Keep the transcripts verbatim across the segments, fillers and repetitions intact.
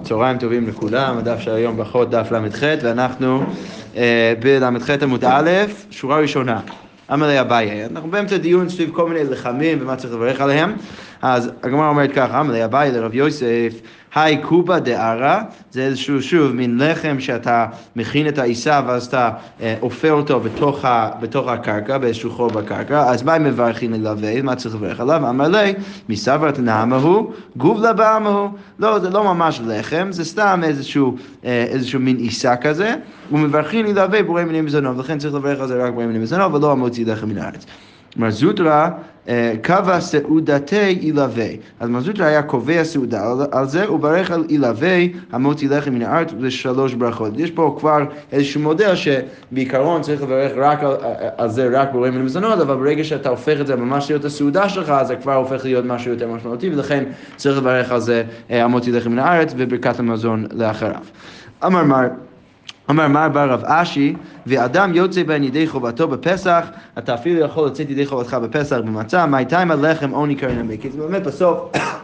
צהריים טובים לכולם, הדף של היום ברכות דף למ"ח, ואנחנו אה, בל"ח עמוד א', שורה ראשונה. אמר לי אביי, אנחנו באמצע דיון סביב כל מיני לחמים ומה צריך לברך עליהם. אז הגמרא אומרת ככה, אמר לי אביי לרב יוסף, היי קובה דערא, זה איזשהו שוב מין לחם שאתה מכין את העיסה ואז אתה אה, אופה אותו בתוך, ה, בתוך הקרקע, באיזשהו חור בקרקע, אז מה הם מברכים ללווה, מה צריך לברך עליו? אמר לי, מסברת נעמהו, גובלה בעמהו, לא, זה לא ממש לחם, זה סתם איזשהו, אה, איזשהו מין עיסה כזה, ומברכים ללווה בורא מינים וזנוב, לכן צריך לברך על זה רק בורא מינים וזנוב, ולא המוציא לחם מן הארץ. מרזוטרה קבע סעודתי ילווה. אז מרזוטרה היה קובע סעודה על זה, הוא ברך על ילווה המוציא לחם מן הארץ לשלוש ברכות. יש פה כבר איזשהו מודל שבעיקרון צריך לברך רק על, על זה רק בורא מינים וזנוב, אבל ברגע שאתה הופך את זה ממש להיות הסעודה שלך, אז זה כבר הופך להיות משהו יותר משמעותי, ולכן צריך לברך על זה המוציא לחם מן הארץ וברכת המזון לאחריו. אמר מר אמר מר בר רב אשי, ואדם יוצא בין ידי חובתו בפסח, אתה אפילו יכול לצאת ידי חובתך בפסח במצה, מה הייתה עם הלחם עוני קרנמי? כי זה באמת בסוף,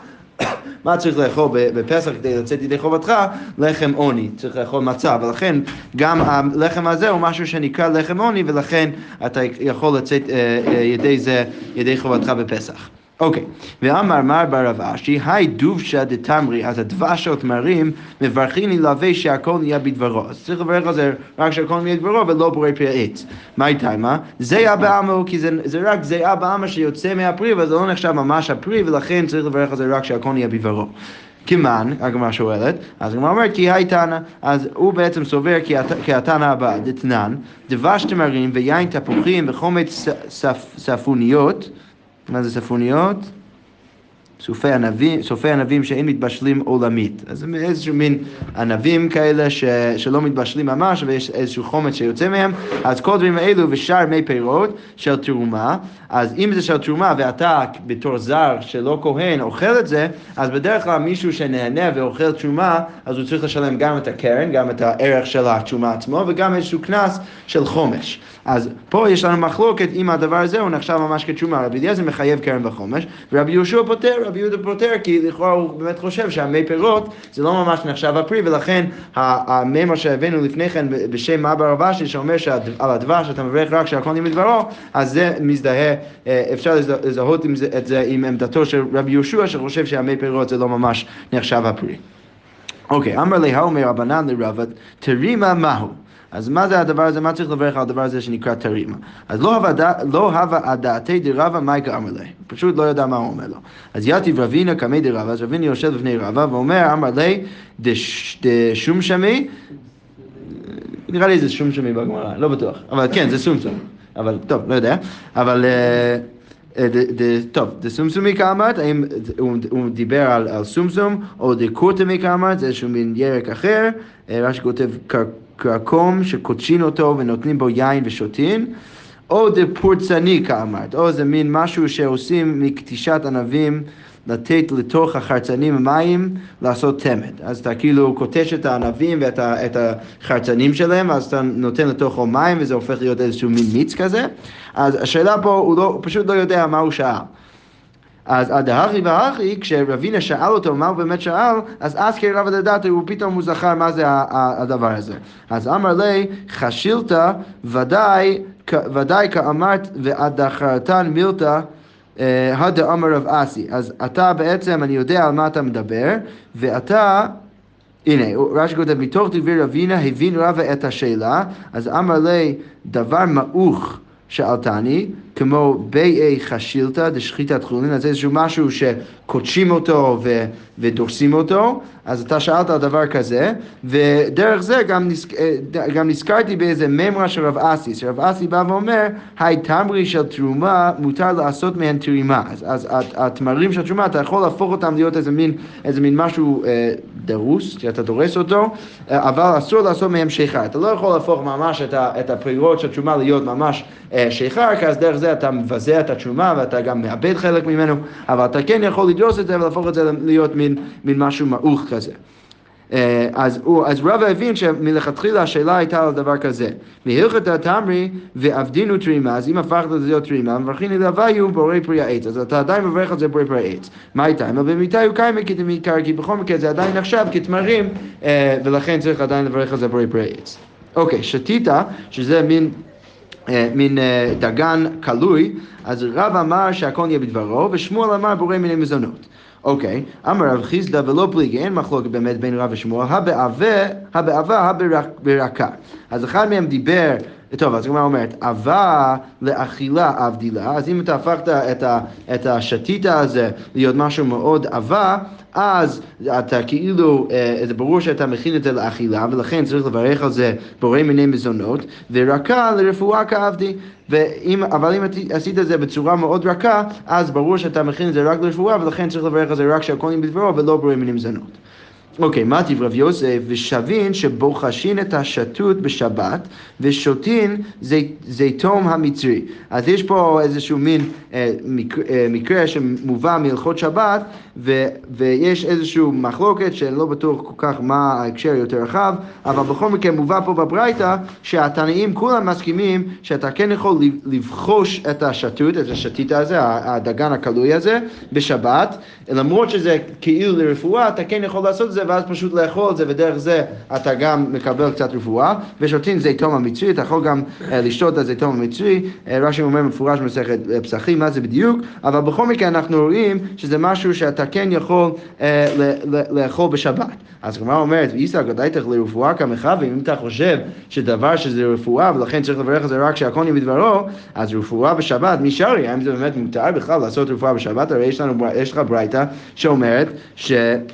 מה צריך לאכול בפסח כדי לצאת ידי חובתך? לחם עוני, צריך לאכול מצה, ולכן גם הלחם הזה הוא משהו שנקרא לחם עוני, ולכן אתה יכול לצאת ידי זה, ידי חובתך בפסח. אוקיי, ואמר מר בר רב אשי, היי דובשא דתמרי, אז הדבש או תמרים מברכים ללווה שהכל נהיה בדברו. אז צריך לברך על זה רק שהכל נהיה בדברו ולא בורא פרי העץ. מה הייתה מה? זיעה בעמו, כי זה, זה רק זיעה בעמו שיוצא מהפרי, וזה לא נחשב ממש הפרי, ולכן צריך לברך על זה רק שהכל נהיה בדברו. כמן, הגמרא שואלת, אז הגמרא אומרת כי היי תנא, אז הוא בעצם סובר כי התנא הבא, דתנן, דבש תמרים ויין תפוחים וחומץ ספוניות, מה זה ספוניות? סופי ענבים, סופי ענבים שאין מתבשלים עולמית. אז זה איזשהו מין ענבים כאלה ש, שלא מתבשלים ממש, ויש איזשהו חומץ שיוצא מהם. אז כל דברים האלו ושאר מי פירות של תרומה, אז אם זה של תרומה ואתה בתור זר שלא כהן אוכל את זה, אז בדרך כלל מישהו שנהנה ואוכל תרומה, אז הוא צריך לשלם גם את הקרן, גם את הערך של התרומה עצמו, וגם איזשהו כנס של חומש. אז פה יש לנו מחלוקת אם הדבר הזה הוא נחשב ממש כתרומה. רבי אליעזר מחייב קרן וחומש, ורבי יהושע פוטר, רבי יהודה פוטר, כי לכאורה הוא באמת חושב שהמי פירות זה לא ממש נחשב הפרי, ולכן המימר שהבאנו לפני כן בשם מר בר רב אשי, שאומר שעל הדבש אתה מברך רק שהכל נהיה בדברו, אז זה מזדהה, אפשר לזהות את זה עם עמדתו של רבי יהושע, שחושב שהמי פירות זה לא ממש נחשב הפרי. אוקיי, אמר לי האומר רבנן לרבא, תרימה מהו? אז מה זה הדבר הזה? מה צריך לברך על הדבר הזה שנקרא תרימה? אז לא הווה דעתי דרבא מייקה אמר לי. פשוט לא יודע מה הוא אומר לו. אז יתיב רבינה קמי דרבא, אז רבינה יושב לפני רבא ואומר, אמר לי, דשום שמי, נראה לי זה שום שמי בגמרא, לא בטוח. אבל כן, זה סום סום. אבל טוב, לא יודע. אבל... טוב, דסומסומי כאמרת, האם הוא דיבר על סומסום, או דקורטמי כאמרת, זה איזשהו מין ירק אחר, רש"י כותב קרקום שקודשין אותו ונותנים בו יין ושותין, או דפורצני כאמרת, או זה מין משהו שעושים מקטישת ענבים, לתת לתוך החרצנים מים, לעשות תמד. אז אתה כאילו קוטש את הענבים ואת החרצנים שלהם, אז אתה נותן לתוכו מים, וזה הופך להיות איזשהו מין מיץ כזה. אז השאלה פה, הוא, לא, הוא פשוט לא יודע מה הוא שאל. אז עד ההכי והכי, כשרבינה שאל אותו מה הוא באמת שאל, אז אז כרבא דדעתו, הוא פתאום הוא זכר מה זה הדבר הזה. אז אמר לי, חשילת ודאי, ודאי כאמרת ועדחרתן מילתא, הדה אמר רב אסי. אז אתה בעצם, אני יודע על מה אתה מדבר, ואתה, הנה, רש"י כותב, מתוך דברי רבינה הבין רבא את השאלה, אז אמר לי, דבר מעוך שאלתני, כמו ביי חשילתא דשחיטת חולין, אז איזשהו משהו שקודשים אותו ו- ודורסים אותו, אז אתה שאלת על דבר כזה, ודרך זה גם, נזכ... גם נזכרתי באיזה ממרה של רב אסי, שרב אסי בא ואומר, היי תמרי של תרומה, מותר לעשות מהן תרימה, אז, אז התמרים של תרומה, אתה יכול להפוך אותם להיות איזה מין, איזה מין משהו אה, דרוס, שאתה דורס אותו, אבל אסור לעשות מהם שיכר, אתה לא יכול להפוך ממש את, ה, את הפירות של תרומה להיות ממש אה, שיכר, כי אז דרך זה אתה מבזה את התשומה ואתה גם מאבד חלק ממנו, אבל אתה כן יכול לדרוס את זה ולהפוך את זה להיות מין, מין משהו מעוך כזה. אז, אז רבא הבין שמלכתחילה השאלה הייתה על דבר כזה. מהלכת תמרי ועבדינו תרימה, אז אם הפכת את זה להיות תרימה, מברכין אליוויו בורי פרי העץ. אז אתה עדיין מברך על זה בורי פרי העץ. מה איתה? אבל במיתה הוא קיימה כתמיקר, כי בכל מקרה זה עדיין נחשב כתמרים, ולכן צריך עדיין לברך על זה בורי פרי העץ. אוקיי, שתיתה, שזה מין... מין דגן קלוי, אז רב אמר שהכל יהיה בדברו, ושמואל אמר בורא מיני מזונות. אוקיי, אמר רב חיסדא ולא פליגי, אין מחלוקת באמת בין רב ושמואל, הבאהבה, הברקה. אז אחד מהם דיבר, טוב, אז הגמרא אומרת, אהבה לאכילה אבדילה, אז אם אתה הפכת את, ה, את השתיתה הזה להיות משהו מאוד אהבה, אז אתה כאילו, זה ברור שאתה מכין את זה לאכילה, ולכן צריך לברך על זה בורא מיני מזונות, ורקה לרפואה כאבדי. ואם, אבל אם עשית את זה בצורה מאוד רכה, אז ברור שאתה מכין את זה רק לרפואה, ולכן צריך לברך על זה רק שהכל יהיה בדברו, ולא בורא מיני מזונות. אוקיי, מה טיב רב יוסף? ושבין שבוחשין את השתות בשבת, ושותין זיתום המצרי. אז יש פה איזשהו מין אה, מקרה, אה, מקרה שמובא מהלכות שבת, ו, ויש איזשהו מחלוקת שאני לא בטוח כל כך מה ההקשר יותר רחב, אבל בכל מקרה מובא פה בברייתא, שהתנאים כולם מסכימים שאתה כן יכול לבחוש את השתות, את השתית הזה, הדגן הקלוי הזה, בשבת, למרות שזה כאילו לרפואה, אתה כן יכול לעשות את זה, ואז פשוט לאכול את זה, ודרך זה אתה גם מקבל קצת רפואה, ושותין זיתום המצרי, אתה יכול גם uh, לשתות את הזיתום המצרי, uh, רש"י אומר מפורש במסכת uh, פסחים, מה זה בדיוק, אבל בכל מקרה אנחנו רואים שזה משהו שאתה כן יכול uh, ל- ל- לאכול בשבת. אז הגמרא אומרת, ואיסא גדייתך לרפואה כמך, ואם אתה חושב שדבר שזה רפואה, ולכן צריך לברך על זה רק שהכל יהיה בדברו, אז רפואה בשבת, מי שרי, האם זה באמת מותר בכלל לעשות רפואה בשבת? הרי יש לנו, יש לך ברייתא שאומרת ש...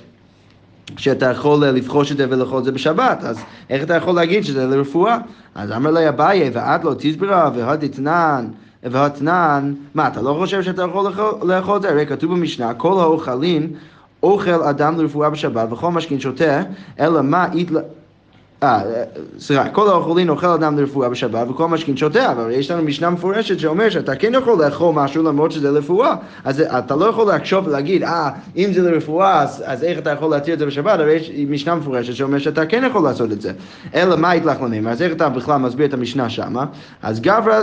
שאתה יכול לבחוש את זה ולאכול את זה בשבת, אז איך אתה יכול להגיד שזה לרפואה? אז אמר לי אביי, ועד לא תסברה, והדתנן, והתנן, מה, אתה לא חושב שאתה יכול לאכול את זה? הרי כתוב במשנה, כל האוכלים אוכל אדם לרפואה בשבת, וכל משכין שותה, אלא מה יתלה... אה, סליחה, כל האוכלים אוכל אדם לרפואה בשבת וכל משכין שותה, אבל יש לנו משנה מפורשת שאומר שאתה כן יכול לאכול משהו למרות שזה לרפואה, אז אתה לא יכול לחשוב ולהגיד, אה, אם זה לרפואה, אז, אז איך אתה יכול להתיר את זה בשבת? הרי יש משנה מפורשת שאומר שאתה כן יכול לעשות את זה. אלא מה יתלך למימר? אז איך אתה בכלל מסביר את המשנה שמה? אז גברא,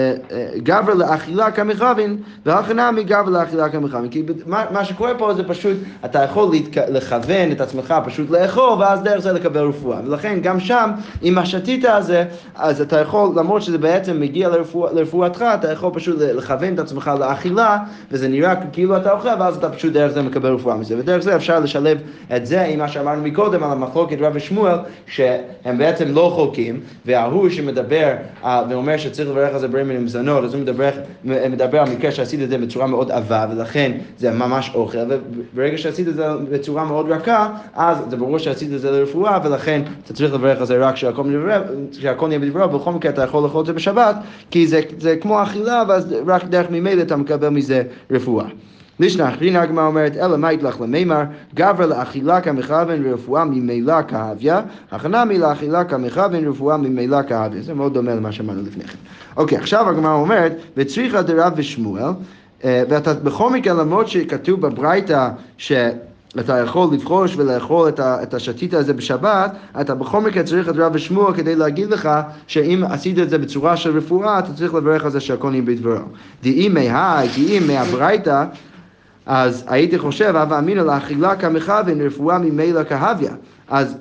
גברא לאכילה כמכוון, והכנה מגברא לאכילה כמכוון. כי מה, מה שקורה פה זה פשוט, אתה יכול לכוון את עצמך פשוט לאכול, ואז דרך זה לקבל רפואה. ולכן גם שם, עם השתית הזה, אז אתה יכול, למרות שזה בעצם מגיע לרפוא, לרפואתך, אתה יכול פשוט לכוון את עצמך לאכילה, וזה נראה כאילו אתה אוכל, ואז אתה פשוט דרך זה מקבל רפואה מזה. ודרך זה אפשר לשלב את זה עם מה שאמרנו מקודם, על המחלוקת רב ושמואל, שהם בעצם לא חולקים, וההוא שמדבר ואומר שצריך לברך על זה בורא מיני מזונות, אז הוא מדבר, מדבר על מקרה שעשית את זה בצורה מאוד עבה, ולכן זה ממש אוכל, וברגע שעשית את זה בצורה מאוד רכה, אז זה ברור שעשית את זה לרפואה, ולכן אתה צריך לברך על זה רק שהכל נהיה בדברו, ובכל מקרה אתה יכול לאכול את זה בשבת, כי זה, זה כמו אכילה, ואז רק דרך ממילא אתה מקבל מזה רפואה. לישנא אחרינא הגמרא אומרת, אלא מה יתלך למימר, גברא לאכילה כמכוון ורפואה ממילא כהביא, הכנה מלאכילה כמכוון ורפואה ממילא כהביא. זה מאוד דומה למה שאמרנו לפני כן. אוקיי, עכשיו הגמרא אומרת, וצריכה דרב ושמואל, ואתה בכל מקרה, למרות שכתוב בברייתא ש... אתה יכול לבחוש ולאכול את, ה, את השתית הזה בשבת, אתה בכל מקרה צריך את רב ושמואל כדי להגיד לך שאם עשית את זה בצורה של רפואה, אתה צריך לברך על זה שהכל נהיה בדברו. דאי מהי, דאי מהברייתא, אז הייתי חושב, הווה אמינא לאכילה כמכוון רפואה ממילא כהביא. אז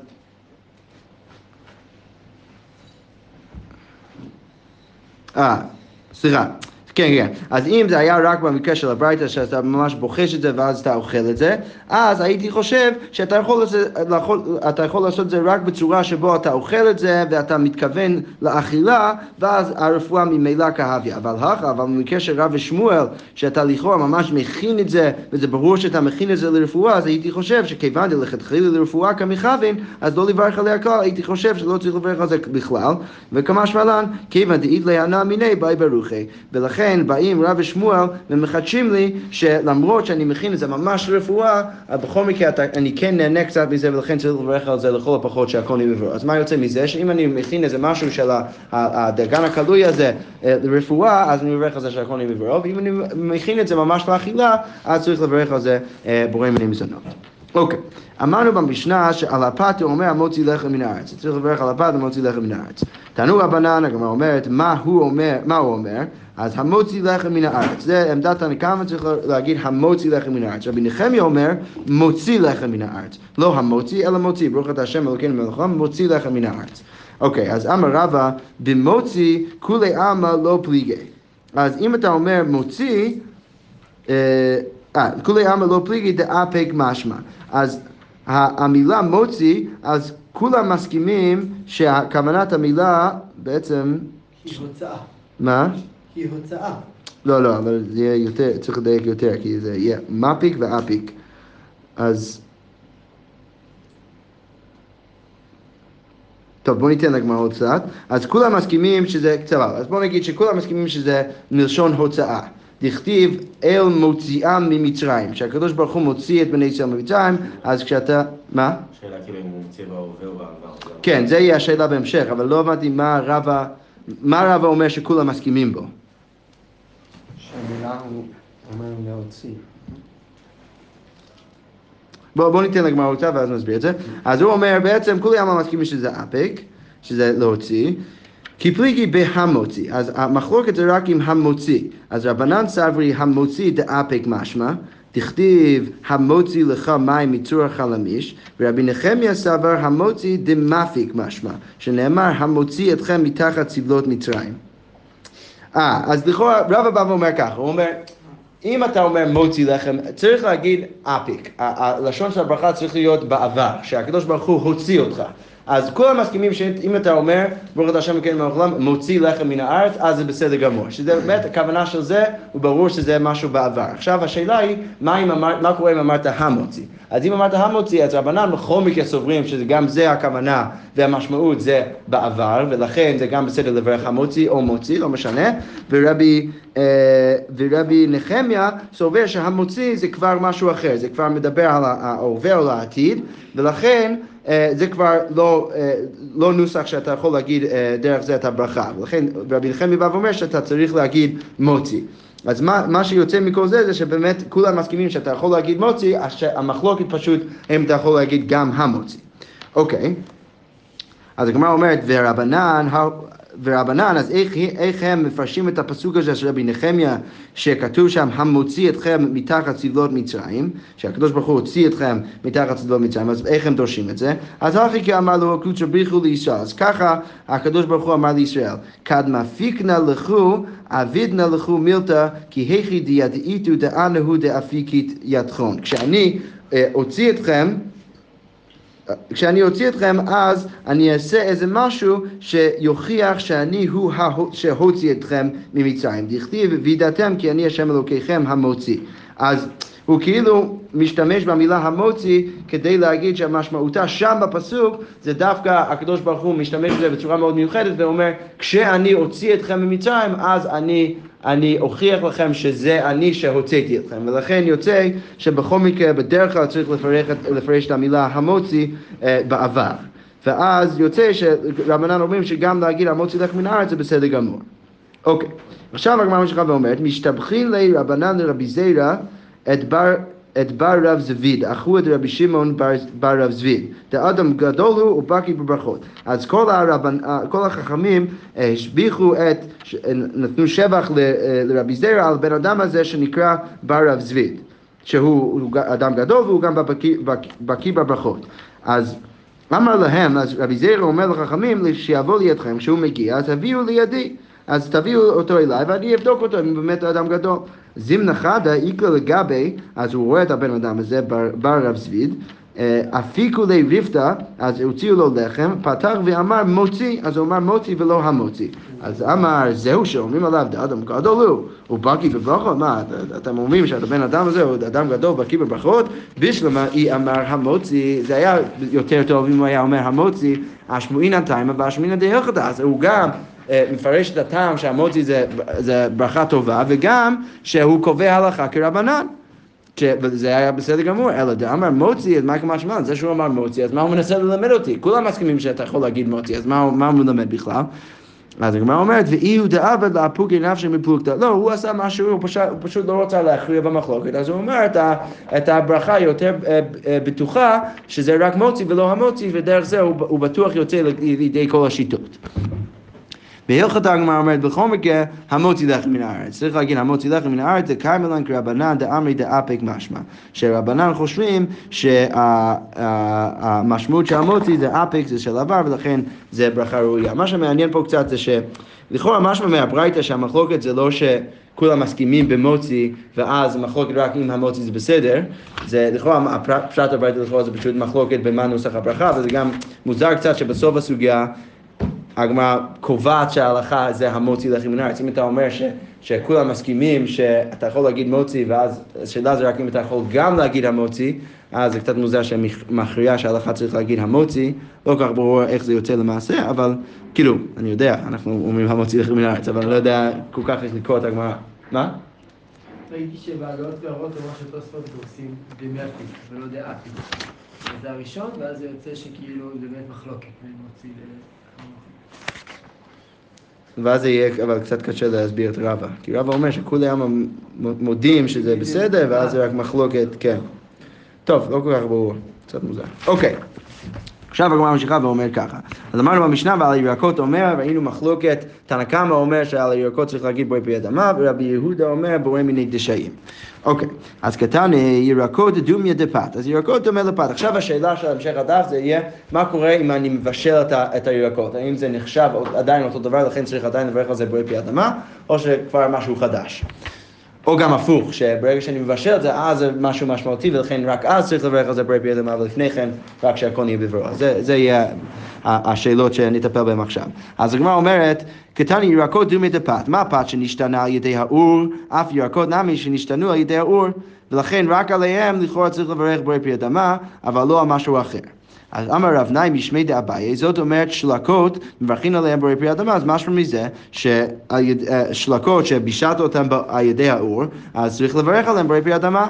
אה, סליחה. כן, כן. אז אם זה היה רק במקרה של הברייתא, שאתה ממש בוחש את זה ואז אתה אוכל את זה, אז הייתי חושב שאתה יכול, אתה יכול לעשות את זה רק בצורה שבו אתה אוכל את זה ואתה מתכוון לאכילה, ואז הרפואה ממילא כהביא. אבל הכה, אבל במקרה של רב ושמואל, שאתה לכאורה ממש מכין את זה, וזה ברור שאתה מכין את זה לרפואה, אז הייתי חושב שכיוון לכתחילה לרפואה כמכוון, אז לא לברך עליה כלל, הייתי חושב שלא צריך לברך על זה בכלל, וכמה שמלן, כיוון דאית להנא מיני באי ברוכי, ולכן באים רב ושמואל ומחדשים לי שלמרות שאני מכין את זה ממש רפואה, בכל מקרה אני כן נהנה קצת מזה, ולכן צריך לברך על זה לכל הפחות שהכל נהיה בדברו. אז מה יוצא מזה? שאם אני מכין איזה משהו של הדגן הקלוי הזה לרפואה, אז אני מברך על זה שהכל נהיה בדברו, ואם אני מכין את זה ממש לאכילה, אז צריך לברך על זה בורא מיני מזונות. אוקיי, אמרנו במשנה שעל הפת הוא אומר המוציא לחם מן הארץ. צריך לברך על הפת המוציא לחם מן הארץ. תנו רבנן, הגמרא אומרת, מה הוא אומר, מה הוא אומר? אז המוציא לחם מן הארץ. זה עמדת תנא קמא, צריך להגיד המוציא לחם מן הארץ. רבי נחמיה אומר, מוציא לחם מן הארץ. לא המוציא, אלא מוציא. ברוך אתה השם אלוקינו מלכנו, מוציא לחם מן הארץ. אוקיי, אז אמר רבא, במוציא כולי עלמא לא פליגי. אז אם אתה אומר מוציא, אה, כולי עלמא לא פליגי דאפק משמע. אז המילה מוציא, אז כולם מסכימים שהכוונת המילה בעצם... היא הוצאה. מה? היא הוצאה. לא, לא, אבל זה יהיה יותר, צריך לדייק יותר, כי זה יהיה מפיק ואפיק. אז... טוב, בוא ניתן לגמרא עוד קצת. אז כולם מסכימים שזה קצרה. אז בוא נגיד שכולם מסכימים שזה מלשון הוצאה. דכתיב אל מוציאם ממצרים. כשהקדוש ברוך הוא מוציא את בני ישראל ממצרים, אז כשאתה... מה? שאלה כאילו אם הוא מוציא בהווה או בעבר. כן, זה יהיה השאלה בהמשך, אבל לא הבנתי מה רבא, מה רבא אומר שכולם מסכימים בו. שהמילה הוא אומר להוציא. בוא, בוא ניתן לגמרא אותה ואז נסביר את זה. אז הוא אומר בעצם כולי עלמא מסכימים שזה אפק, שזה להוציא. כי פליגי בהמוציא, אז המחלוקת זה רק עם המוציא. אז רבנן סברי המוציא דאפק משמע, תכתיב המוציא לך מים מצור החלמיש, ורבי נחמיה סבר המוציא דמפיק משמע, שנאמר המוציא אתכם מתחת סבלות מצרים. אה, אז לכאורה רבא בא ואומר ככה, הוא אומר, אם אתה אומר מוציא לחם, צריך להגיד אפיק. הלשון של הברכה צריך להיות בעבר, שהקדוש ברוך הוא הוציא אותך. אז כולם מסכימים שאם אתה אומר, ברוך אתה השם אלוקינו מלכנו, מוציא לחם מן הארץ, אז זה בסדר גמור. שזה באמת, הכוונה של זה, הוא ברור שזה משהו בעבר. עכשיו השאלה היא, מה, אמר, מה קורה אם אמרת המוציא? אז אם אמרת המוציא, אז רבנן בכל מקרה סוברים שגם זה הכוונה והמשמעות זה בעבר, ולכן זה גם בסדר לברך המוציא או מוציא, לא משנה. ורבי, אה, ורבי נחמיה סובר שהמוציא זה כבר משהו אחר, זה כבר מדבר על ההווה או העתיד, ולכן זה כבר לא, לא נוסח שאתה יכול להגיד דרך זה את הברכה. ולכן רבי נחמיה בא ואומר שאתה צריך להגיד מוציא. אז מה, מה שיוצא מכל זה זה שבאמת כולם מסכימים שאתה יכול להגיד מוציא, המחלוקת פשוט אם אתה יכול להגיד גם המוציא. אוקיי. אז הגמרא אומרת ורבנן, ורבנן, אז איך, איך הם מפרשים את הפסוק הזה של רבי נחמיה, שכתוב שם, המוציא אתכם מתחת סבלות מצרים, שהקדוש ברוך הוא הוציא אתכם מתחת סבלות מצרים, אז איך הם דורשים את זה? אז אחי אמר לו, קודשא בריחו לישראל, אז ככה הקדוש ברוך הוא אמר לישראל, כד מפיקנה לכו, עבידנה לכו מילתא, כי היכי דידעיתו דאנהו דאפיקית ידכון. כשאני אה, הוציא אתכם, כשאני אוציא אתכם, אז אני אעשה איזה משהו שיוכיח שאני הוא שהוציא אתכם ממצרים. דכתיב וידעתם כי אני השם אלוקיכם המוציא. אז הוא כאילו משתמש במילה המוציא כדי להגיד שהמשמעותה שם בפסוק זה דווקא הקדוש ברוך הוא משתמש בזה בצורה מאוד מיוחדת ואומר כשאני אוציא אתכם ממצרים אז אני אני אוכיח לכם שזה אני שהוצאתי אתכם, ולכן יוצא שבכל מקרה בדרך כלל צריך לפרש, לפרש את המילה המוציא אה, בעבר. ואז יוצא שרבנן אומרים שגם להגיד המוציא לך מן הארץ זה בסדר גמור. אוקיי, עכשיו הגמרא ממשיכה ואומרת, משתבחין לי רבנן לרבי זירא את בר... את בר רב זביד, אחו את רבי שמעון בר, בר רב זביד. דאדם גדול הוא ובקי בברכות. אז כל, הרבנ, כל החכמים השביחו את, נתנו שבח ל, לרבי זירא על בן אדם הזה שנקרא בר רב זביד, שהוא אדם גדול והוא גם בקי, בקי, בקי בברכות. אז אמר להם, אז רבי זירא אומר לחכמים, שיבוא לידכם, כשהוא מגיע, אז תביאו לידי. אז תביאו אותו אליי ואני אבדוק אותו אם הוא באמת אדם גדול. זימנה חדה איקלה לגבי, אז הוא רואה את הבן אדם הזה, בר, בר רב זביד, אפיקו לי ריפתא, אז הוציאו לו לחם, פתח ואמר מוציא, אז הוא אמר מוציא ולא המוציא. אז אמר זהו שאומרים עליו, אדם גדול הוא, הוא בקי בברכות, מה, אתם אומרים שהבן אדם הזה הוא אדם גדול בקי בברכות, בשלמה היא אמר המוציא, זה היה יותר טוב אם הוא היה אומר המוציא, השמועינא תימא והשמועינא דהלכתא, אז הוא גם מפרש את הטעם שהמוציא זה, זה ברכה טובה, וגם שהוא קובע הלכה כרבנן. וזה היה בסדר גמור, אלא דאמר מוציא, אז מה כמה שמע? זה שהוא אמר מוציא, אז מה הוא מנסה ללמד אותי? כולם מסכימים שאתה יכול להגיד מוציא, אז מה, מה הוא מלמד בכלל? אז הגמרא אומרת, ואי הוא דעבד לאפוקי נפשי מפלוגתא. לא, הוא עשה משהו, הוא פשוט, הוא פשוט לא רוצה להכריע במחלוקת, אז הוא אומר את, ה, את הברכה יותר בטוחה, שזה רק מוציא ולא המוציא, ודרך זה הוא, הוא בטוח יוצא לידי כל השיטות. בהלכות הגמרא אומרת, בכל מקרה, המוציא לחם מן הארץ. צריך להגיד, המוציא לחם מן הארץ, זה קיימלן כרבנן דאמרי דאפק משמע. שרבנן חושבים שהמשמעות של המוציא זה אפק, זה של עבר, ולכן זה ברכה ראויה. מה שמעניין פה קצת זה שלכאורה משמע מהברייתא שהמחלוקת זה לא שכולם מסכימים במוציא, ואז מחלוקת רק אם המוציא זה בסדר. זה לכאורה, פשט הברייתא לכאורה זה פשוט מחלוקת במה נוסח הברכה, וזה גם מוזר קצת שבסוף הסוגיה, הגמרא קובעת שההלכה זה המוציא לחם מן הארץ. אם אתה אומר ש, שכולם מסכימים שאתה יכול להגיד מוציא, ואז השאלה זה רק אם אתה יכול גם להגיד המוציא, אז זה קצת מוזר שמכריע שההלכה צריך להגיד המוציא, לא כל כך ברור איך זה יוצא למעשה, אבל כאילו, אני יודע, אנחנו אומרים המוציא לחם מן הארץ, אבל אני לא יודע כל כך איך לקרוא את הגמרא. מה? ראיתי שבהגאות והערות אומר שתוספות עושים דמייתי ולא דעתי. זה הראשון, ואז זה יוצא שכאילו זה באמת מחלוקת בין מוציא ל... ואז זה יהיה אבל קצת קשה להסביר את רבא, כי רבא אומר שכולם מודים שזה בסדר, ואז זה רק מחלוקת, כן. טוב, לא כל כך ברור, קצת מוזר. אוקיי, עכשיו הגמרא ממשיכה ואומר ככה. אז אמרנו במשנה, ועל הירקות אומר, ראינו מחלוקת, תנא קמא אומר שעל הירקות צריך להגיד בורא פרי אדמה, ורבי יהודה אומר בורא מיני דשאים. אוקיי, אז כתבנו ירקות דומיה דפת, אז ירקות דומה לפת. עכשיו השאלה של המשך הדף זה יהיה, מה קורה אם אני מבשל את, ה- את הירקות? האם זה נחשב עדיין אותו דבר, לכן צריך עדיין לברך על זה בורא פרי אדמה, או שכבר משהו חדש? או גם הפוך, שברגע שאני מבשל את זה, אז זה משהו משמעותי, ולכן רק אז צריך לברך על זה בורא פרי אדמה, ולפני כן רק שהכל יהיה בברו. זה, זה יהיה השאלות שנטפל בהן עכשיו. אז הגמרא אומרת, כתני ירקות דומי דפת, מה הפת שנשתנה על ידי האור, אף ירקות נמי שנשתנו על ידי האור, ולכן רק עליהם לכאורה צריך לברך בורא פרי אדמה, אבל לא על משהו אחר. אז אמר רב נאי משמי דאביי, זאת אומרת שלקות, מברכים עליהם בורא פרי אדמה, אז משהו מזה ששלקות שבישלת אותם על ידי האור, אז צריך לברך עליהם בורא פרי אדמה.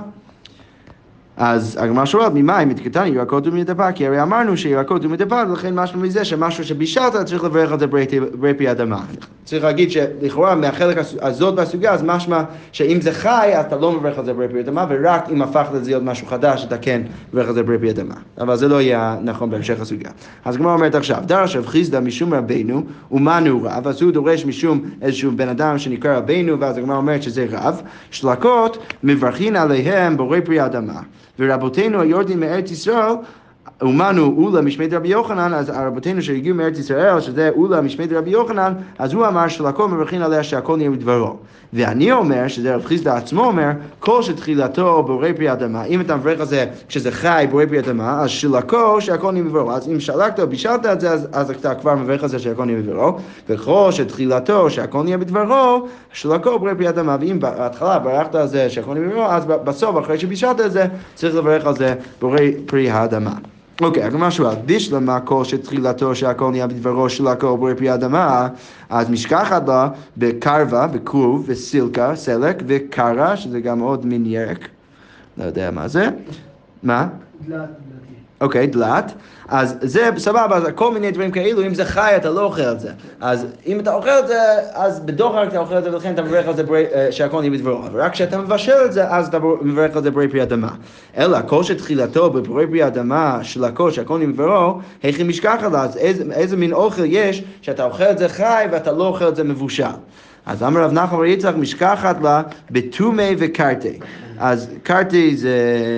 אז הגמרא שואלת, ממה אם התקטני ירקות דומי דפת? כי הרי אמרנו שירקות דומי דפת, ולכן משהו מזה שמשהו שבישלת צריך לברך על זה בורא פרי אדמה. צריך להגיד שלכאורה מהחלק הזאת בסוגיה, אז משמע שאם זה חי, אתה לא מברך על זה בורא פרי אדמה, ורק אם הפך לזה להיות משהו חדש, אתה כן מברך על זה בורא פרי אדמה. אבל זה לא יהיה נכון בהמשך הסוגיה. אז הגמרא אומרת עכשיו, דרש רב חיסדא משום רבנו, ומנו רב, אז הוא דורש משום איזשהו בן אדם שנקרא רבנו, ואז הגמרא אומרת שזה רב, שלקות מברכין עליהם בורא פרי אדמה. ורבותינו היורדים מארץ ישראל, אומנו אולה משמי רבי יוחנן, אז רבותינו שהגיעו מארץ ישראל, שזה אולה משמי רבי יוחנן, אז הוא אמר שלכל מברכין עליה שהכל נהיה מדברו. ואני אומר, שזה רב חיסדא עצמו אומר, כל שתחילתו בורא פרי אדמה, אם אתה מברך על זה כשזה חי בורא פרי אדמה, אז שלכל שהכל נהיה מדברו. אז אם שלקת או בישלת את זה, אז, אז אתה כבר מברך על זה שהכל נהיה מדברו. וכל שתחילתו שהכל נהיה מדברו, שלכל בורא פרי אדמה. ואם בהתחלה ברכת על זה שהכל נהיה מדברו, אז בסוף, אחרי שבישלת את זה, צריך לברך על זה בורא פרי האדמה. אוקיי, הגמרא שואלת, בשלמה כל שתחילתו שהכל נהיה בדברו של הכל בורא פרי אדמה, אז משכחת לה בקרבה, בכרוב וסילקה, סלק, וקרה, שזה גם עוד מין ירק, לא יודע מה זה, מה? דלת, דלתי. אוקיי, דלת, אז זה סבבה, אז כל מיני דברים כאלו, אם זה חי אתה לא אוכל את זה, אז אם אתה אוכל את זה, אז בדוחק אתה אוכל את זה, ולכן אתה מברך על זה שהכל נהיה בדברו, אבל רק כשאתה מבשל את זה, אז אתה מברך על זה בורא פרי אדמה. אלא, כל שתחילתו בבורא פרי אדמה של הכל שהכל נהיה בדברו, היכי משכחת לה, אז איזה, איזה מין אוכל יש שאתה אוכל את זה חי ואתה לא אוכל את זה מבושל. אז אמר רב נחמן בר יצחק משכחת לה בתומי וקרתי. אז קרתי זה...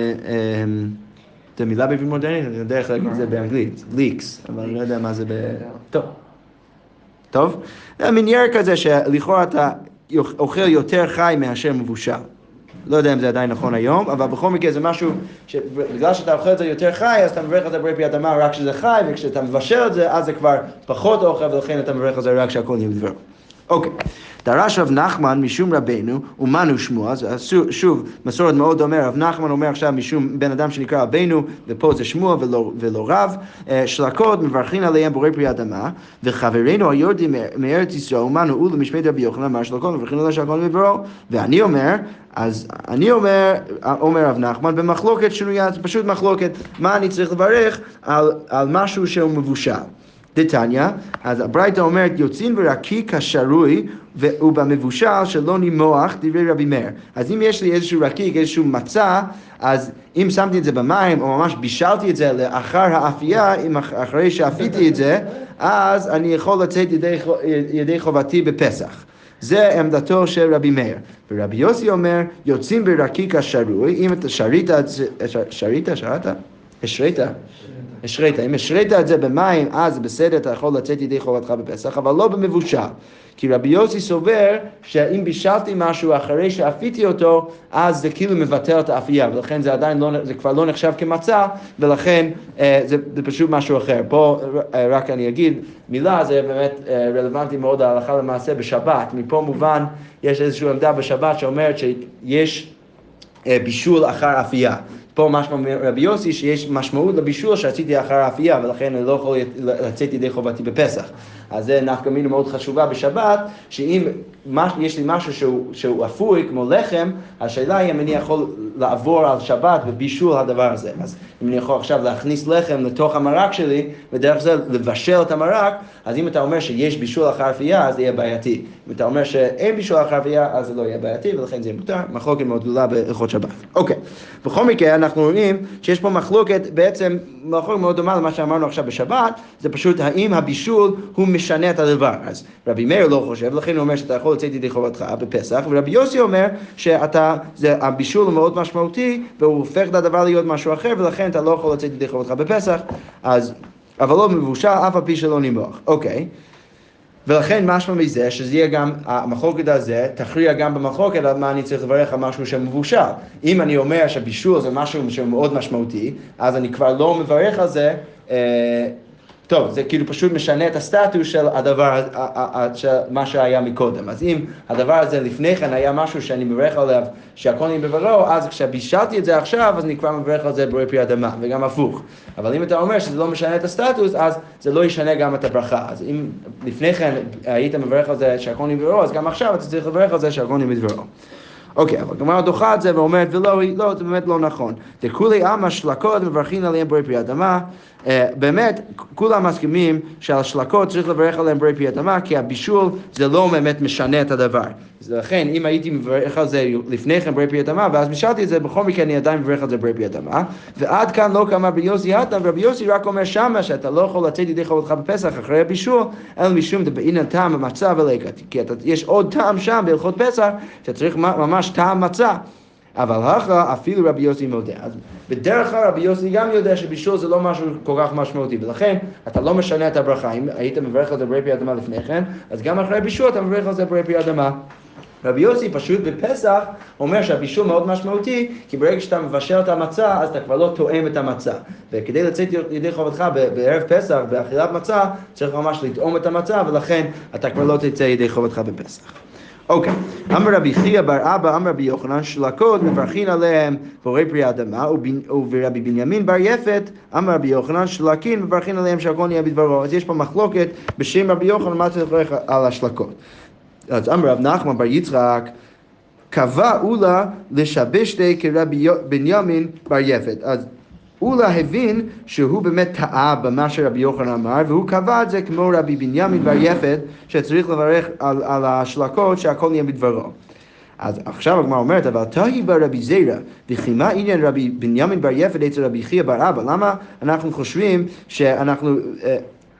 זה מילה בעברית מודרנית, אני יודע איך להגיד את זה באנגלית, ליקס, אבל אני לא יודע מה זה ב... טוב. טוב? זה מין ירק כזה שלכאורה אתה אוכל יותר חי מאשר מבושל. לא יודע אם זה עדיין נכון היום, אבל בכל מקרה זה משהו שבגלל שאתה אוכל את זה יותר חי, אז אתה מברך על זה בורא פרי אדמה רק כשזה חי, וכשאתה מבשל את זה, אז זה כבר פחות אוכל, ולכן אתה מברך על זה רק כשהכל נהיה בדברו. אוקיי. דרש רב נחמן משום רבנו, ומנו שמו, אז שוב, מסורת מאוד דומה, רב נחמן אומר עכשיו משום בן אדם שנקרא רבנו, ופה זה שמו ולא, ולא רב, שלקות מברכין עליהם בורא פרי אדמה, וחברינו היורדים מארץ ישראל, ומנו אולה משמי רבי יוחנן, אמר שלקות מברכין עליהם שהכל מברו, ואני אומר, אז אני אומר, אומר רב נחמן, במחלוקת שנויה, פשוט מחלוקת, מה אני צריך לברך על, על משהו שהוא מבושל. דתניא, אז הברייתא אומרת, יוצאים ברקיק השרוי ובמבושל שלא נימוח דברי רבי מאיר. אז אם יש לי איזשהו רקיק, איזשהו מצה, אז אם שמתי את זה במים, או ממש בישלתי את זה לאחר האפייה, אחרי שאפיתי את זה, אז אני יכול לצאת ידי, ידי חובתי בפסח. זה עמדתו של רבי מאיר. ורבי יוסי אומר, יוצאים ברקיק השרוי, אם אתה שרית, שרית, שרית? השרית? השרית. אם השרית את זה במים, אז בסדר, אתה יכול לצאת ידי חובתך בפסח, אבל לא במבושל. כי רבי יוסי סובר שאם בישלתי משהו אחרי שאפיתי אותו, אז זה כאילו מבטל את האפייה, ולכן זה עדיין לא, זה כבר לא נחשב כמצה, ולכן אה, זה, זה פשוט משהו אחר. פה אה, רק אני אגיד, מילה זה באמת אה, רלוונטי מאוד ההלכה למעשה בשבת. מפה מובן, יש איזושהי עמדה בשבת שאומרת שיש אה, בישול אחר אפייה. פה משמע רבי יוסי שיש משמעות לבישול שעשיתי אחר האפייה, ולכן אני לא יכול לצאת ידי חובתי בפסח. אז זה נפקא מינה מאוד חשובה בשבת, שאם יש לי משהו שהוא, שהוא אפוי כמו לחם, השאלה היא אם אני יכול לעבור על שבת בבישול הדבר הזה. אז אם אני יכול עכשיו להכניס לחם לתוך המרק שלי, ודרך זה לבשל את המרק, אז אם אתה אומר שיש בישול אחר אפייה, אז זה יהיה בעייתי. אם אתה אומר שאין בישול אחר אפייה, אז זה לא יהיה בעייתי, ולכן זה יהיה מותר. מחלוקת מאוד גדולה בהלכות שבת. אוקיי. בכל מקרה, אנחנו רואים שיש פה מחלוקת, בעצם מחלוקת מאוד דומה למה שאמרנו עכשיו בשבת, זה פשוט האם הבישול הוא משנה את הדבר. אז רבי מאיר לא חושב, לכן הוא אומר שאתה יכול לצאת ידי חובתך בפסח, ורבי יוסי אומר שאתה, זה, הבישול הוא מאוד משמעותי, והוא הופך את הדבר להיות משהו אחר, ולכן אתה לא יכול לצאת ידי חובתך בפסח, אז, אבל לא מבושל, אף על פי שלא נימוח. אוקיי. ולכן משמע מזה שזה יהיה גם, המחלוקת הזה תכריע גם במחלוקת על מה אני צריך לברך על משהו שמבושל. אם אני אומר שהבישול זה משהו שמאוד משמעותי, אז אני כבר לא מברך על זה, אה, טוב, זה כאילו פשוט משנה את הסטטוס של הדבר, של מה שהיה מקודם. אז אם הדבר הזה לפני כן היה משהו שאני מברך עליו, שהכל נהיה בברו, אז כשבישלתי את זה עכשיו, אז אני כבר מברך על זה בורא פרי אדמה, וגם הפוך. אבל אם אתה אומר שזה לא משנה את הסטטוס, אז זה לא ישנה גם את הברכה. אז אם לפני כן היית מברך על זה שהכל נהיה בברו, אז גם עכשיו אתה צריך לברך על זה שהכל נהיה בברו. אוקיי, אבל גמרא דוחה את זה ואומרת, ולא, לא, זה באמת לא נכון. דכולי עלמא שלקות מברכין עליהם בורא פרי אדמה. Uh, באמת, כולם מסכימים שעל שלקות צריך לברך עליהם בורא פרי אדמה, כי הבישול זה לא באמת משנה את הדבר. אז לכן, אם הייתי מברך על זה לפני כן בורא פרי אדמה, ואז בישלתי את זה, בכל מקרה אני עדיין מברך על זה בורא פרי אדמה. ועד כאן לא קמה רבי יוסי הטעם, ורבי יוסי רק אומר שמה שאתה לא יכול לצאת ידי חובתך בפסח אחרי הבישול, אלא משום דבעינן טעם המצה ולקה. כי אתה, יש עוד טעם שם בהלכות פסח, שצריך ממש טעם מצה. אבל אחר אפילו רבי יוסי מודה. אז בדרך כלל רבי יוסי גם יודע שבישול זה לא משהו כל כך משמעותי, ולכן אתה לא משנה את הברכה. אם היית מברך על זה בורא פרי אדמה לפני כן, אז גם אחרי בישול אתה מברך על זה בורא פרי אדמה. רבי יוסי פשוט בפסח אומר שהבישול מאוד משמעותי, כי ברגע שאתה מבשל את המצה, אז אתה כבר לא תואם את המצה. וכדי לצאת ידי חובתך בערב פסח, באכילת מצה, צריך ממש לטעום את המצה, ולכן אתה כבר לא תצא ידי חובתך בפסח. אוקיי, אמר רבי חייא בר אבא, אמר רבי יוחנן, שלקות מברכין עליהם בורא פרי אדמה, ורבי בנימין בר יפת, אמר רבי יוחנן, שלקין מברכין עליהם שהכל נהיה בדברו. אז יש פה מחלוקת בשם רבי יוחנן, מה צריך לברך על השלקות. אז אמר רב נחמן בר יצחק, קבע אולה לשבשתי כרבי בנימין בר יפת. אז אולה הבין שהוא באמת טעה במה שרבי יוחנן אמר, והוא קבע את זה כמו רבי בנימין בר יפת, שצריך לברך על, על השלקות שהכל נהיה בדברו. אז עכשיו הגמרא אומרת, אבל תהי ברבי זירא, וכי מה עניין רבי בנימין בר יפת אצל רבי חייא בר אבא? למה אנחנו חושבים שאנחנו... אה,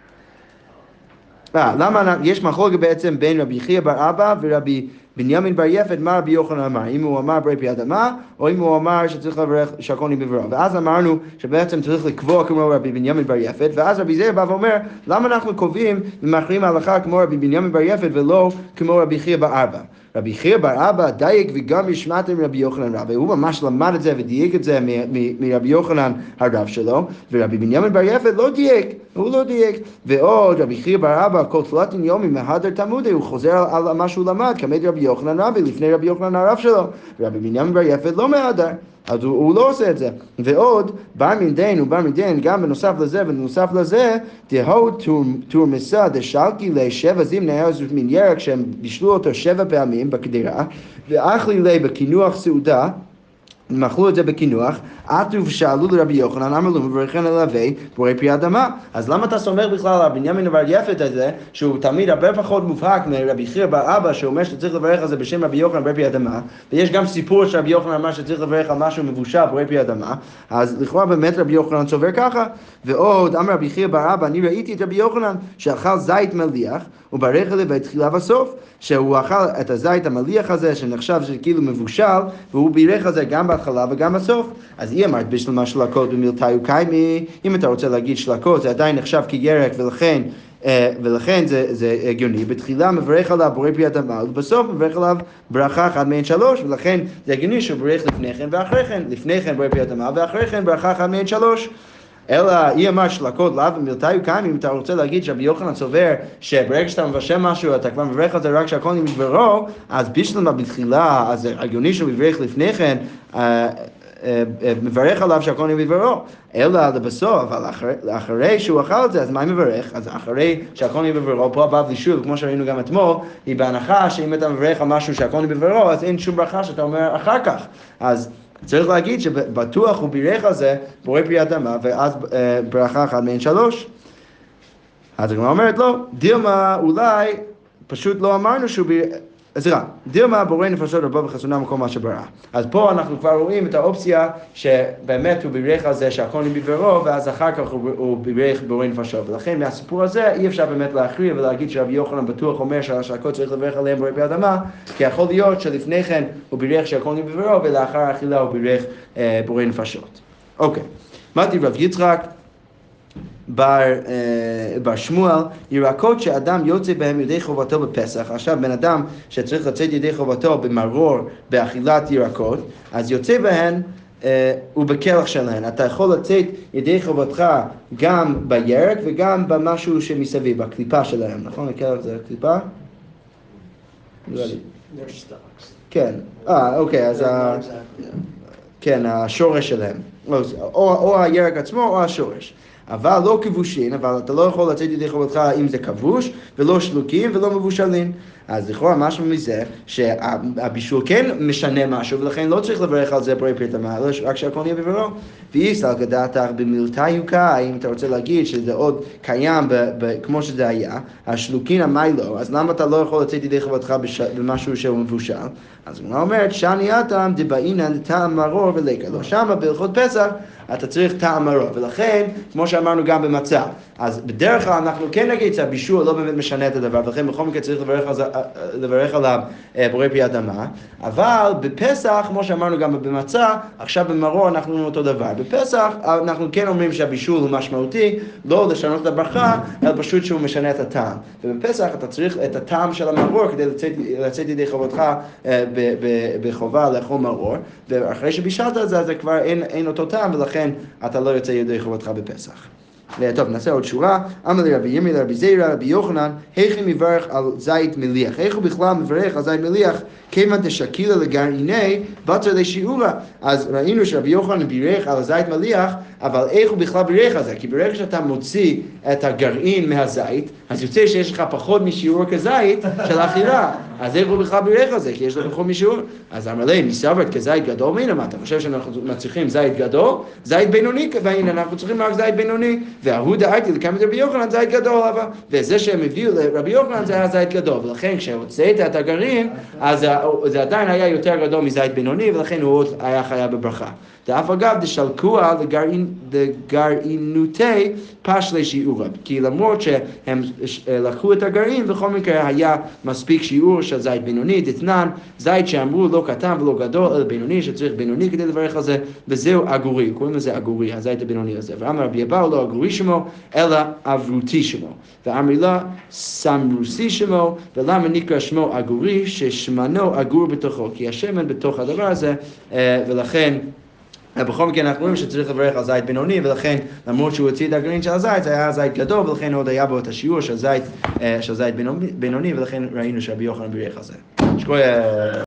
אה, למה יש מחלוקת בעצם בין רבי חייא בר אבא ורבי בנימין בר יפת, מה רבי יוחנן אמר? אם הוא אמר בורא פרי אדמה, או אם הוא אמר שצריך לברך שהכל נהיה בדברו. ואז אמרנו שבעצם צריך לקבוע כמו רבי בנימין בר יפת, ואז רבי זירא בא ואומר, למה אנחנו קובעים ומכריעים ההלכה כמו רבי בנימין בר יפת ולא כמו רבי חייא בר אבא? רבי חייא בר אבא דייק וגם ישמעתם רבי יוחנן רב, והוא ממש למד את זה ודייק את זה מרבי יוחנן הרב שלו, ורבי בנימין בר יפת לא דייק, הוא לא דייק. ועוד רבי חייא בר אבא כל תלתין יומי מהדר תלמודי, הוא חוזר על מה שהוא למד כמד רבי יוחנן רבי לפני רבי יוחנן הרב שלו, ורבי בנימין בר יפת לא מהדר, אז הוא, הוא לא עושה את זה. ועוד בר מדין ובר מדין גם בנוסף לזה ובנוסף לזה דהו תורמסה דשלקי לשבע זימנה זאת מן ירק שהם בישלו אותו שבע פעמים בקדירה, ואכלי לי בקינוח סעודה, מחלו את זה בקינוח, עטו ושאלו לרבי יוחנן, אמר לו, מברכן אלוהי בורא פרי אדמה. אז למה אתה סומך בכלל על בנימין בר יפת הזה, שהוא תמיד הרבה פחות מובהק מרבי חייא בר אבא, שאומר שצריך לברך על זה בשם רבי יוחנן בורא פרי אדמה, ויש גם סיפור שרבי יוחנן אמר שצריך לברך על משהו מבושל בורא פרי אדמה, אז לכאורה באמת רבי יוחנן סובר ככה, ועוד אמר רבי חייא בר אבא, אני ראיתי את רבי יוחנן שאכל זית מליח, וברך עליו בתחילה בסוף, שהוא אכל את הזית המליח הזה, שנחשב שכאילו מבושל, והוא בירך על זה גם בהתחלה וגם בסוף. אז היא אמרת בשלמה שלקות במילתאי וקיימי, אם אתה רוצה להגיד שלקות, זה עדיין נחשב כירק, ולכן, ולכן זה, זה הגיוני. בתחילה מברך עליו בורא פרי אדמה, ובסוף מברך עליו ברכה אחת מעין שלוש, ולכן זה הגיוני שהוא ברך לפני כן ואחרי כן, לפני כן בורא פרי אדמה, ואחרי כן ברכה אחת מעין שלוש. אלא היא אמרה שלקות לאו ומילתאי וקיימי, אם אתה רוצה להגיד שרבי יוחנן סובר שברגע שאתה מבשל משהו אתה כבר מברך על זה רק שהכל נדברו, אז בשלמה בתחילה, אז הגיוני שהוא מברך לפני כן, מברך עליו שהכל נדברו, אלא לבסוף, אבל אחרי, אחרי שהוא אכל את זה, אז מה היא מברך? אז אחרי שהכל נדברו, פה הבא בלי שוב, כמו שראינו גם אתמול, היא בהנחה שאם אתה מברך על משהו שהכל נדברו, אז אין שום ברכה שאתה אומר אחר כך. אז צריך להגיד שבטוח הוא בירך על זה בורא פרי אדמה, ואז ברכה אחת מעין שלוש. אז הגמרא אומרת לו, דילמה אולי פשוט לא אמרנו שהוא בירך, סליחה, דילמה בורא נפשות רבו וחסונה מקום מה שברא. אז פה אנחנו כבר רואים את האופציה שבאמת הוא בירך על זה שהכל נדברו, ואז אחר כך הוא בירך בורא נפשות. ולכן מהסיפור הזה אי אפשר באמת להכריע ולהגיד שרבי יוחנן בטוח אומר שהכל צריך לברך עליהם בורא פרי אדמה, כי יכול להיות שלפני כן הוא בירך שהכל נדברו, ולאחר האכילה הוא בירך אה, בורא נפשות. אוקיי, אמרתי רב יצחק בר, בר שמואל, ירקות שאדם יוצא בהם ידי חובתו בפסח. עכשיו בן אדם שצריך לצאת ידי חובתו במרור באכילת ירקות, אז יוצא בהן ובקלח שלהן. אתה יכול לצאת ידי חובתך גם בירק וגם במשהו שמסביב, בקליפה שלהם, נכון? הקלח זה הקליפה? כן, אה, אוקיי, אז ה... כן, השורש שלהם, או, או הירק עצמו או השורש. אבל לא כבושין, אבל אתה לא יכול לצאת ידי חובתך אם זה כבוש, ולא שלוקים ולא מבושלים. אז לכאורה משהו מזה שהבישול כן משנה משהו, ולכן לא צריך לברך על זה בורא פרי אדמה, רק שהכל נהיה בברו. ואיסל גדעתך במילתאי וקיימי, אם אתה רוצה להגיד שזה עוד קיים ב- ב- כמו שזה היה, השלוקין המיילו, אז למה אתה לא יכול לצאת ידי חובתך בש- במשהו שהוא מבושל? אז הוא אומרת, שאני אתם דבעינן טעם מרור ולקה. לא שמה בהלכות פסח, אתה צריך טעם מרור, ולכן, כמו שאמרנו גם במצה, אז בדרך כלל אנחנו כן נגיד שהבישול לא באמת משנה את הדבר, ולכן בכל מקרה צריך לברך על זה, לברך עליו בורא פרי אדמה, אבל בפסח, כמו שאמרנו גם במצה, עכשיו במרור אנחנו אומרים אותו דבר. בפסח אנחנו כן אומרים שהבישול הוא משמעותי, לא לשנות את הברכה, אלא פשוט שהוא משנה את הטעם. ובפסח אתה צריך את הטעם של המרור כדי לצאת, לצאת ידי חובתך בחובה לאכול מרור, ואחרי שבישלת את זה, זה כבר אין, אין אותו טעם, ולכן אתה לא יוצא ידי חובתך בפסח. טוב, נעשה עוד שורה. אמר לי רבי ירמיה לרבי זירא רבי יוחנן, היכי מברך על זית מליח? איך הוא בכלל מברך על זית מליח? כיוון דשקילה לגרעיני בצר לשיעורה. אז ראינו שרבי יוחנן בירך על הזית מליח, אבל איך הוא בכלל בירך על זה? כי ברגע שאתה מוציא את הגרעין מהזית, אז יוצא שיש לך פחות משיעור כזית של אכילה. אז איך הוא בכלל בירך על זה? כי יש לך פחות משיעור. אז אמר לי, מסברת כזית גדול, והנה מה, אתה חושב שאנחנו צריכים זית גדול? זית בינוני, והנה אנחנו צריכים רק זית בינוני. והוא דאגתי לקמת רבי יוחנן זית גדול, וזה שהם הביאו לרבי יוחנן זה היה זית גדול, ולכן כשהוצאת את הגרעין, אז זה עדיין היה יותר גדול מזית בינוני, ולכן הוא עוד היה חייב בברכה. ואף אגב, דשלקוה לגרעינותי פשלי שיעורה, כי למרות שהם לקחו את הגרעין, בכל מקרה היה מספיק שיעור של זית בינוני, דתנן, זית שאמרו לא קטן ולא גדול, אלא בינוני, שצריך בינוני כדי לברך על זה, וזהו אגורי, קוראים לזה אגורי, הזית הבינוני הזה. ואמר רבי אבאו לא אגורי שמו, אלא אברותי שמו. ואמר לה סמרוסי שמו, ולמה נקרא שמו אגורי, ששמנו אגור בתוכו, כי השמן בתוך הדבר הזה, ולכן בכל מקרה אנחנו רואים שצריך לברך על זית בינוני, ולכן למרות שהוא הוציא את הגרעין של הזית, זה היה זית גדול, ולכן עוד היה בו את השיעור של זית, של זית בינוני, ולכן ראינו שרבי יוחנן בירך על זה.